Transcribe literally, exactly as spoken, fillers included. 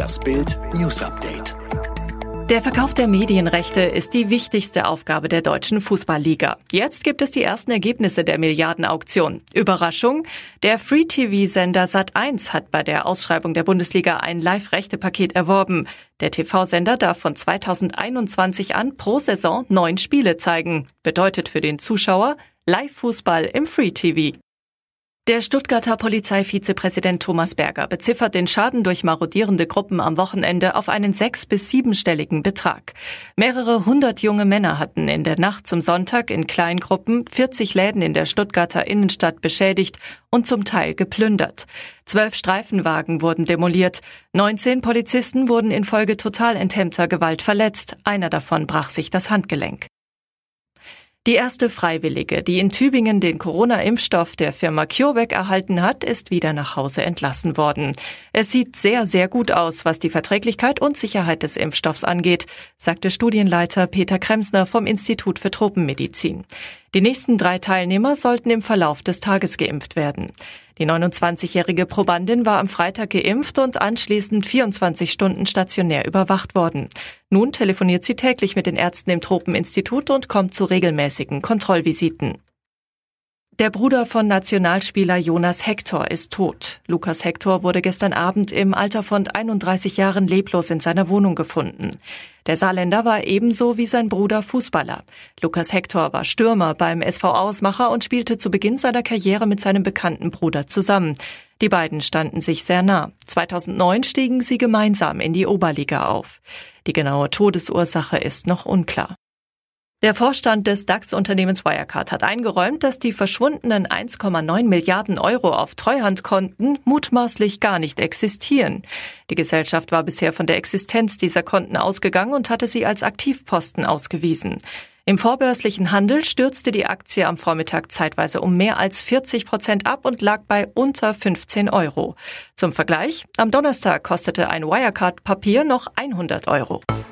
Das Bild News Update. Der Verkauf der Medienrechte ist die wichtigste Aufgabe der deutschen Fußballliga. Jetzt gibt es die ersten Ergebnisse der Milliardenauktion. Überraschung: Der Free-T V-Sender Sat eins hat bei der Ausschreibung der Bundesliga ein Live-Rechte-Paket erworben. Der T V-Sender darf von zweitausendeinundzwanzig an pro Saison neun Spiele zeigen. Bedeutet für den Zuschauer Live-Fußball im Free-T V. Der Stuttgarter Polizeivizepräsident Thomas Berger beziffert den Schaden durch marodierende Gruppen am Wochenende auf einen sechs- bis siebenstelligen Betrag. Mehrere hundert junge Männer hatten in der Nacht zum Sonntag in Kleingruppen vierzig Läden in der Stuttgarter Innenstadt beschädigt und zum Teil geplündert. Zwölf Streifenwagen wurden demoliert. neunzehn Polizisten wurden infolge total enthemmter Gewalt verletzt. Einer davon brach sich das Handgelenk. Die erste Freiwillige, die in Tübingen den Corona-Impfstoff der Firma CureVac erhalten hat, ist wieder nach Hause entlassen worden. Es sieht sehr, sehr gut aus, was die Verträglichkeit und Sicherheit des Impfstoffs angeht, sagte Studienleiter Peter Kremsner vom Institut für Tropenmedizin. Die nächsten drei Teilnehmer sollten im Verlauf des Tages geimpft werden. Die neunundzwanzigjährige Probandin war am Freitag geimpft und anschließend vierundzwanzig Stunden stationär überwacht worden. Nun telefoniert sie täglich mit den Ärzten im Tropeninstitut und kommt zu regelmäßigen Kontrollvisiten. Der Bruder von Nationalspieler Jonas Hector ist tot. Lukas Hector wurde gestern Abend im Alter von einunddreißig Jahren leblos in seiner Wohnung gefunden. Der Saarländer war ebenso wie sein Bruder Fußballer. Lukas Hector war Stürmer beim S V Ausmacher und spielte zu Beginn seiner Karriere mit seinem bekannten Bruder zusammen. Die beiden standen sich sehr nah. zweitausendneun stiegen sie gemeinsam in die Oberliga auf. Die genaue Todesursache ist noch unklar. Der Vorstand des DAX-Unternehmens Wirecard hat eingeräumt, dass die verschwundenen eins Komma neun Milliarden Euro auf Treuhandkonten mutmaßlich gar nicht existieren. Die Gesellschaft war bisher von der Existenz dieser Konten ausgegangen und hatte sie als Aktivposten ausgewiesen. Im vorbörslichen Handel stürzte die Aktie am Vormittag zeitweise um mehr als vierzig Prozent ab und lag bei unter fünfzehn Euro. Zum Vergleich: Am Donnerstag kostete ein Wirecard-Papier noch hundert Euro.